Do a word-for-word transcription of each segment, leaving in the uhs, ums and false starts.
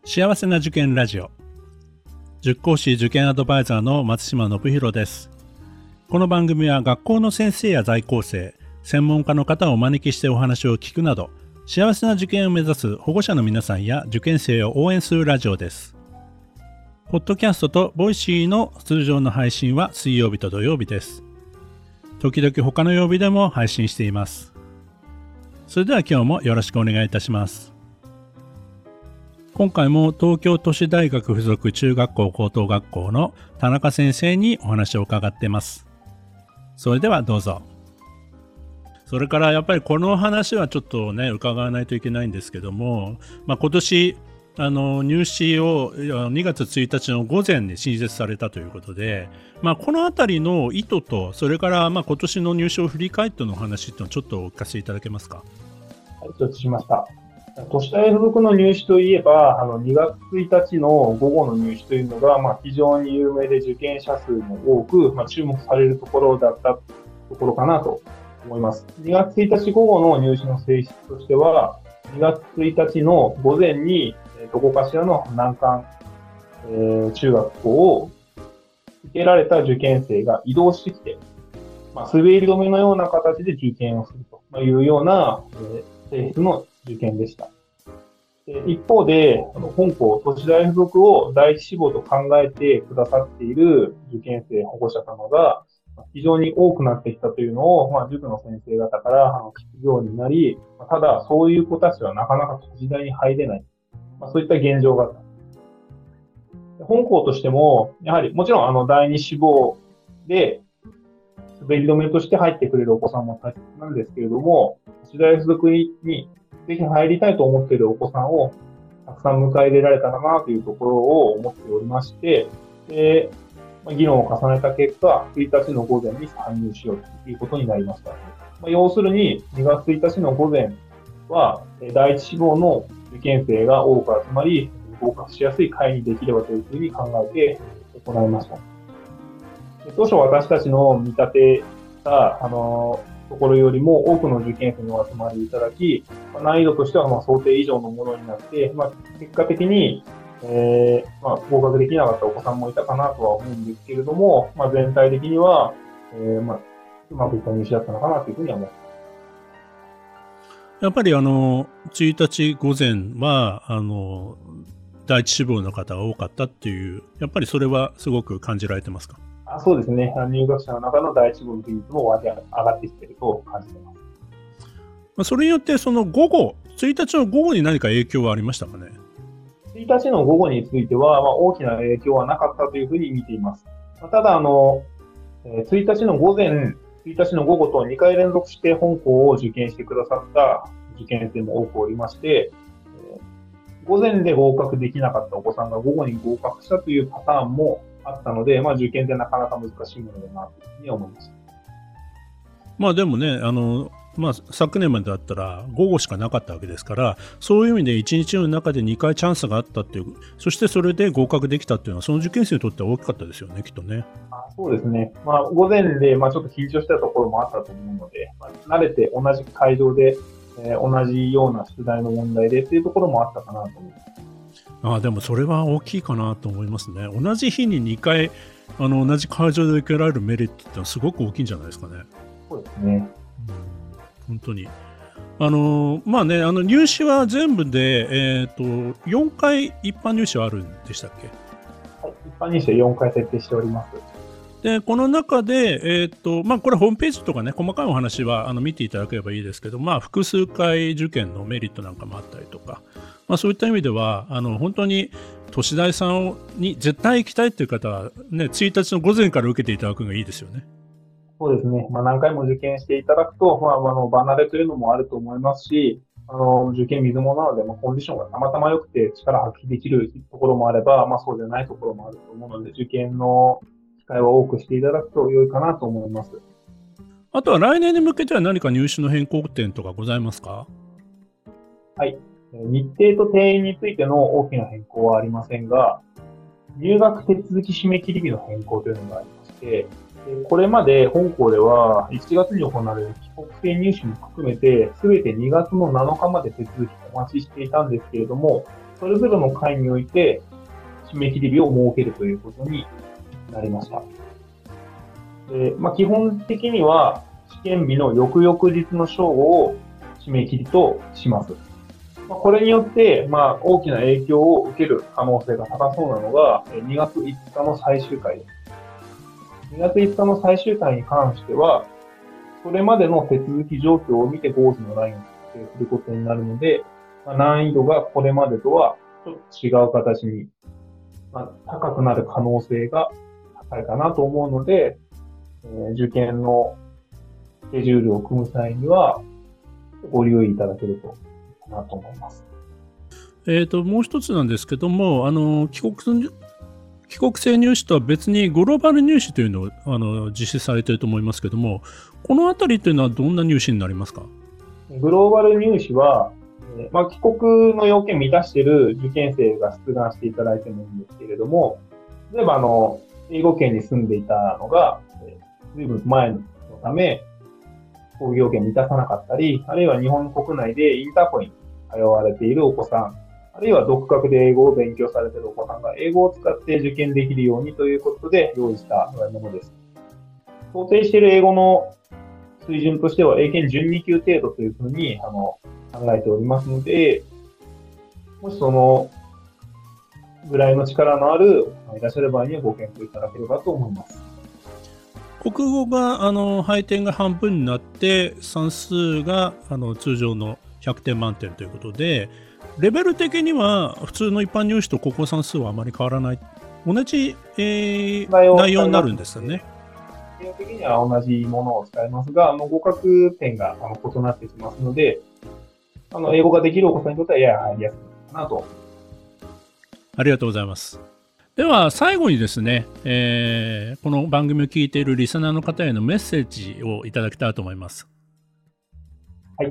幸せな受験ラジオ。塾講師受験アドバイザーの松島信弘です。この番組は学校の先生や在校生、専門家の方をお招きしてお話を聞くなど、幸せな受験を目指す保護者の皆さんや受験生を応援するラジオです。ポッドキャストとボイシーの通常の配信は水曜日と土曜日です。時々他の曜日でも配信しています。それでは今日もよろしくお願いいたします。今回も東京都市大学附属中学校高等学校の田中先生にお話を伺っています。それではどうぞ。それからやっぱりこの話はちょっとね伺わないといけないんですけども、まあ、今年あの入試をにがつついたちの午前に新設されたということで、まあ、このあたりの意図と、それからまあ今年の入試を振り返っての話とちょっとお聞かせいただけますか。 はい、承知しました。都市大附属の入試といえば、あのにがつついたちの午後の入試というのが、まあ、非常に有名で受験者数も多く、まあ、注目されるところだったところかなと思います。にがつついたち午後の入試の性質としては、にがつついたちの午前にどこかしらの難関、えー、中学校を受けられた受験生が移動してきて、まあ、滑り止めのような形で受験をするというような、えー、性質の受験でした。一方で、本校、都市大附属を第一志望と考えてくださっている受験生、保護者様が非常に多くなってきたというのを、まあ、塾の先生方から聞くようになり、ただ、そういう子たちはなかなか都市大に入れない。まあ、そういった現状があった。本校としても、やはり、もちろん、あの、第二志望で、滑り止めとして入ってくれるお子さんも大切なんですけれども、都市大附属にぜひ入りたいと思っているお子さんをたくさん迎え入れられたらなというところを思っておりまして、で議論を重ねた結果、ついたちの午前に参入しようということになりました。まあ、要するに、にがつついたちの午前は、第一志望の受験生が多く集まり、合格しやすい会にできればというふうに考えて行いました。当初私たちの見立てた、あの、ところよりも多くの受験生にお集まりいただき、難易度としてはまあ想定以上のものになって、まあ、結果的に、えーまあ、合格できなかったお子さんもいたかなとは思うんですけれども、まあ、全体的には、えーまあ、うまくいった入試だったのかなというふうには思います。 やっぱりあのついたち午前はあの第一志望の方が多かったっていう、やっぱりそれはすごく感じられてますか。 あ、そうですね。入学者の中の第一志望の比率も上がってきていると感じています。 まあ、それによってその午後、ついたちの午後に何か影響はありましたかね。 ついたちの午後については、まあ、大きな影響はなかったというふうに見ています。まあ、ただ、あの、ついたちの午前、ついたちの午後とにかい連続して本校を受験してくださった受験生も多くおりまして、午前で合格できなかったお子さんが午後に合格したというパターンもあったので、まあ、受験ってなかなか難しいものだなというふうに思いました。 まあでもね、あの、まあ、昨年までだったら午後しかなかったわけですから、そういう意味でいちにちの中でにかいチャンスがあったっていう、そしてそれで合格できたっていうのは、その受験生にとっては大きかったですよね、きっとね。 あ、そうですね。まあ、午前で、まあ、ちょっと緊張したところもあったと思うので、まあ、慣れて同じ会場で、えー、同じような出題の問題でっていうところもあったかなと思います。 ああ、でもそれは大きいかなと思いますね。同じ日ににかいあの同じ会場で受けられるメリットってのはすごく大きいんじゃないですかね。 そうですね。 うん、本当に。あのまあね、あの入試は全部で、えー、とよんかい一般入試はあるんでしたっけ。 はい、一般入試はよんかい設定しております。 でこの中で、えーとまあ、これホームページとかね、細かいお話はあの見ていただければいいですけど、まあ、複数回受験のメリットなんかもあったりとか、まあ、そういった意味ではあの本当に都市大さんに絶対行きたいという方は、ね、ついたちの午前から受けていただくのがいいですよね。 そうですね。まあ、何回も受験していただくと、まあ、あの離れというのもあると思いますし、あの受験水物なので、まあ、コンディションがたまたま良くて力発揮できるところもあれば、まあ、そうじゃないところもあると思うので、受験の機会は多くしていただくと良いかなと思います。 あとは来年に向けては何か入試の変更点とかございますか。 はい。日程と定員についての大きな変更はありませんが、入学手続き締め切り日の変更というのがありまして、これまで本校ではいちがつに行われる帰国生入試も含めて、すべてにがつのなのかまで手続きをお待ちしていたんですけれども、 それぞれの回において締め切り日を設けるということになりました。で、まあ、基本的には試験日の翌々日の正午を締め切りとします。まあ、これによって、まあ、大きな影響を受ける可能性が高そうなのがにがついつかの最終回です。にがついつかの最終回に関しては、それまでの手続き状況を見てゴーズのラインを設定することになるので、まあ、難易度がこれまでとはちょっと違う形に、まあ、高くなる可能性が高いかなと思うので、えー、受験のスケジュールを組む際にはご留意いただけるといいかなと思います。 えーと、もう一つなんですけども、あの帰国帰国生入試とは別にグローバル入試というのをあの実施されていると思いますけども、このあたりというのはどんな入試になりますか？ グローバル入試は、えーまあ、帰国の要件満たしている受験生が出願していただいてもいいんですけれども、例えばあの英語圏に住んでいたのが、えー、随分前のため、講義要件満たさなかったり、あるいは日本国内でインターコイン通われているお子さん、あるいは独学で英語を勉強されているお子さんが英語を使って受験できるようにということで用意したものです。想定している英語の水準としては英検準に級程度というふうにあの考えておりますので、もしそのぐらいの力のあるお子さんいらっしゃる場合にはご検討いただければと思います。 国語があの配点が半分になって算数があの通常のひゃくてん満点ということで、レベル的には普通の一般入試と国語算数はあまり変わらない、同じ、えー、内容、内容になるんですよね。 基本的には同じものを使いますが、あの合格点があの異なってきますので、あの英語ができるお子さんにとってはやや入りやすいかなと。 ありがとうございます。では最後にですね、えー、この番組を聞いているリスナーの方へのメッセージをいただきたいと思います。 はい。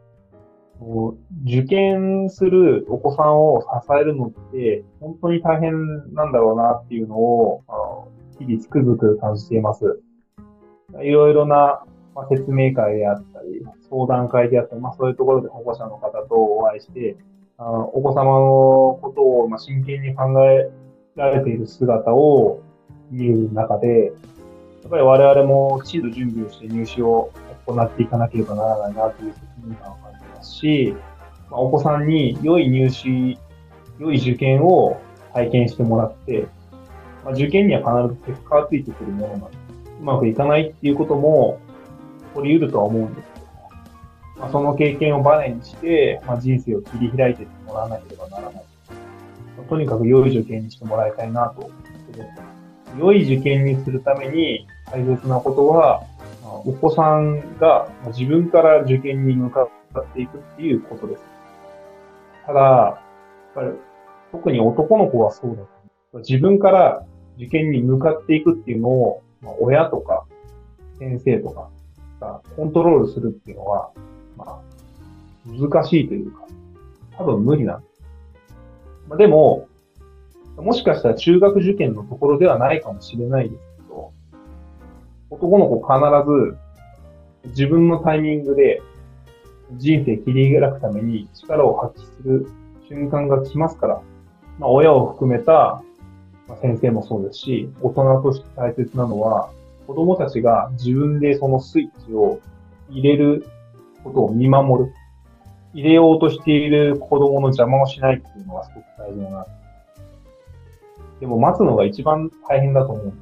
受験するお子さんを支えるのって本当に大変なんだろうなっていうのを日々つくづく感じています。いろいろな説明会であったり、相談会であったり、まあそういうところで保護者の方とお会いして、あお子様のことをまあ真剣に考えられている姿を見る中で、やっぱり我々もきちんと準備をして入試を行っていかなければならないなという責任感を感じますし、まあ、お子さんに良い入試、良い受験を体験してもらって、まあ、受験には必ず結果がついてくるものなんで、うまくいかないっていうことも起こり得るとは思うんですけど、まあ、その経験をバネにして、まあ、人生を切り開いていってもらわなければならない。とにかく良い受験にしてもらいたいなと思ってます。良い受験にするために大切なことは、お子さんが自分から受験に向かっていくっていうことです。ただ、やっぱり特に男の子はそうだと思う。自分から受験に向かっていくっていうのを、親とか先生とかがコントロールするっていうのは、まあ、難しいというか、多分無理なんです。まあ、でも、もしかしたら中学受験のところではないかもしれないですけど、男の子必ず自分のタイミングで人生切り開くために力を発揮する瞬間が来ますから、まあ、親を含めた先生もそうですし、大人として大切なのは、子供たちが自分でそのスイッチを入れることを見守る。入れようとしている子供の邪魔をしないっていうのがすごく大事だな。でも待つのが一番大変だと思うんです。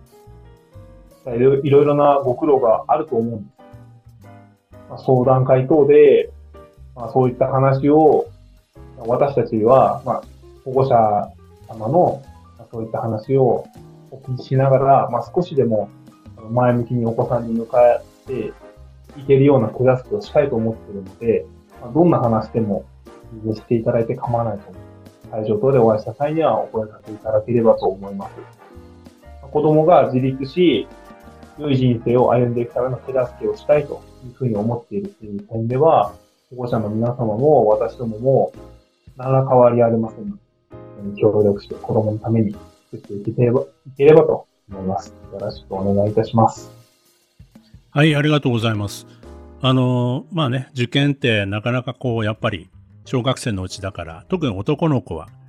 いろいろなご苦労があると思うんです。まあ、相談会等で、まあ、そういった話を私たちは、まあ、保護者様のそういった話をお聞きしながら、まあ、少しでも前向きにお子さんに向かっていけるような手助けをしたいと思っているので、まあ、どんな話でもしていただいて構わないと思います。会場等でお会いした際にはお声掛けいただければと思います。子供が自立し、良い人生を歩んでいくための手助けをしたいというふうに思っているという点では、保護者の皆様も私どもも何ら変わりありませんので、協力して子供のために作っていければ、いければと思います。よろしくお願いいたします。 はい、ありがとうございます。あの、まあね、受験ってなかなかこう、やっぱり小学生のうちだから、特に男の子は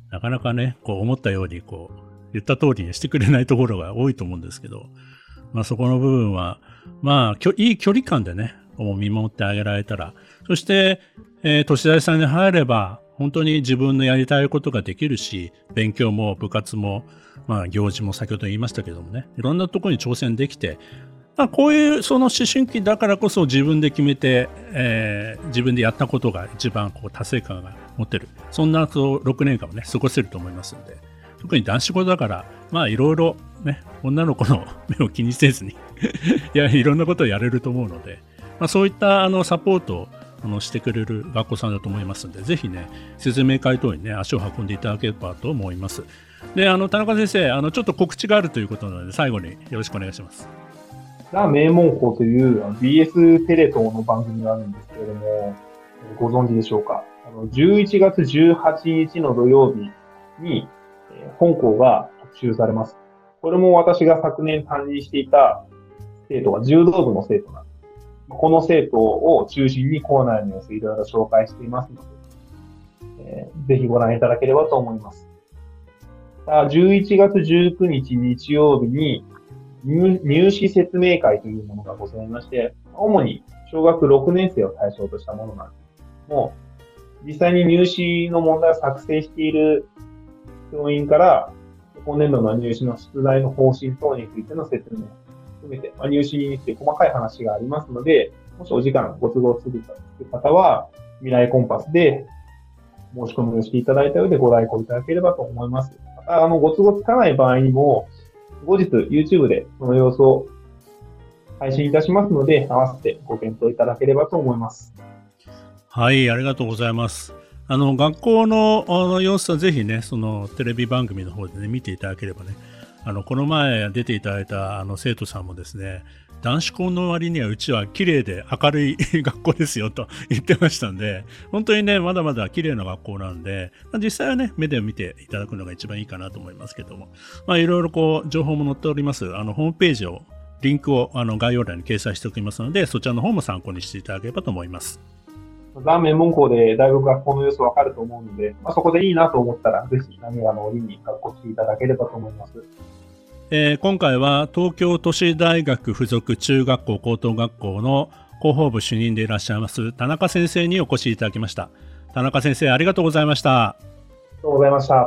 なかなかね、こう思ったようにこう言った通りにしてくれないところが多いと思うんですけど、まあそこの部分は、まあいい距離感でね、見守ってあげられたら、そして、えー、都市大さんに入れば、本当に自分のやりたいことができるし、勉強も部活も、まあ行事も先ほど言いましたけどもね、いろんなところに挑戦できて、まあ、こういうその思春期だからこそ自分で決めて、えー、自分でやったことが一番こう達成感が持てる。そんなそうろくねんかんもね、過ごせると思いますので、特に男子校だから、まあいろいろね、女の子の目を気にせずにいや、いろんなことをやれると思うので、まあ、そういったあのサポートをあのしてくれる学校さんだと思いますので、ぜひね、説明会等にね、足を運んでいただければと思います。で、あの、田中先生、あの、ちょっと告知があるということなので、最後によろしくお願いします。 ザ・名門校という ビーエス テレ東の番組があるんですけれども、ご存知でしょうか。あのじゅういちがつじゅうはちにちの土曜日に本校が特集されます。これも私が昨年担任していた生徒が柔道部の生徒なんです。この生徒を中心に校内の様子いろいろ紹介していますので、えー、ぜひご覧いただければと思います。じゅういちがつじゅうくにち日曜日に入, 入試説明会というものがございまして、主に小学ろくねん生を対象としたものなんですけども、実際に入試の問題を作成している教員から、今年度の入試の出題の方針等についての説明を含めて、まあ、入試について細かい話がありますので、もしお時間ご都合する方は、未来コンパスで申し込みをしていただいた上でご来校いただければと思います。また、あの、ご都合つかない場合にも、後日 YouTube でその様子を配信いたしますので、合わせてご検討いただければと思います。 はい、ありがとうございます。あの学校 の, あの様子はぜひね、そのテレビ番組の方でね、見ていただければね、あのこの前出ていただいたあの生徒さんもですね、男子校の割にはうちは綺麗で明るい学校ですよと言ってましたんで、本当にね、まだまだ綺麗な学校なんで、実際はね、目で見ていただくのが一番いいかなと思いますけども、まあいろいろこう情報も載っております。あのホームページをリンクをあの概要欄に掲載しておきますので、そちらの方も参考にしていただければと思います。 ザ・名門校で大学学校の様子わかると思うので、まあ、そこでいいなと思ったら、ぜひ何がの折に学校来ていただければと思います。 えー、今回は東京都市大学附属中学校高等学校の広報部主任でいらっしゃいます田中先生にお越しいただきました。田中先生、ありがとうございました。 ありがとうございました。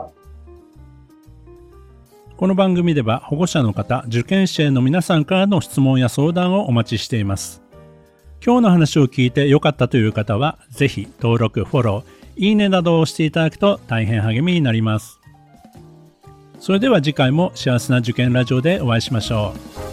この番組では保護者の方、受験生の皆さんからの質問や相談をお待ちしています。今日の話を聞いて良かったという方は、ぜひ登録、フォロー、いいねなどをしていただくと大変励みになります。それでは次回も幸せな受験ラジオでお会いしましょう。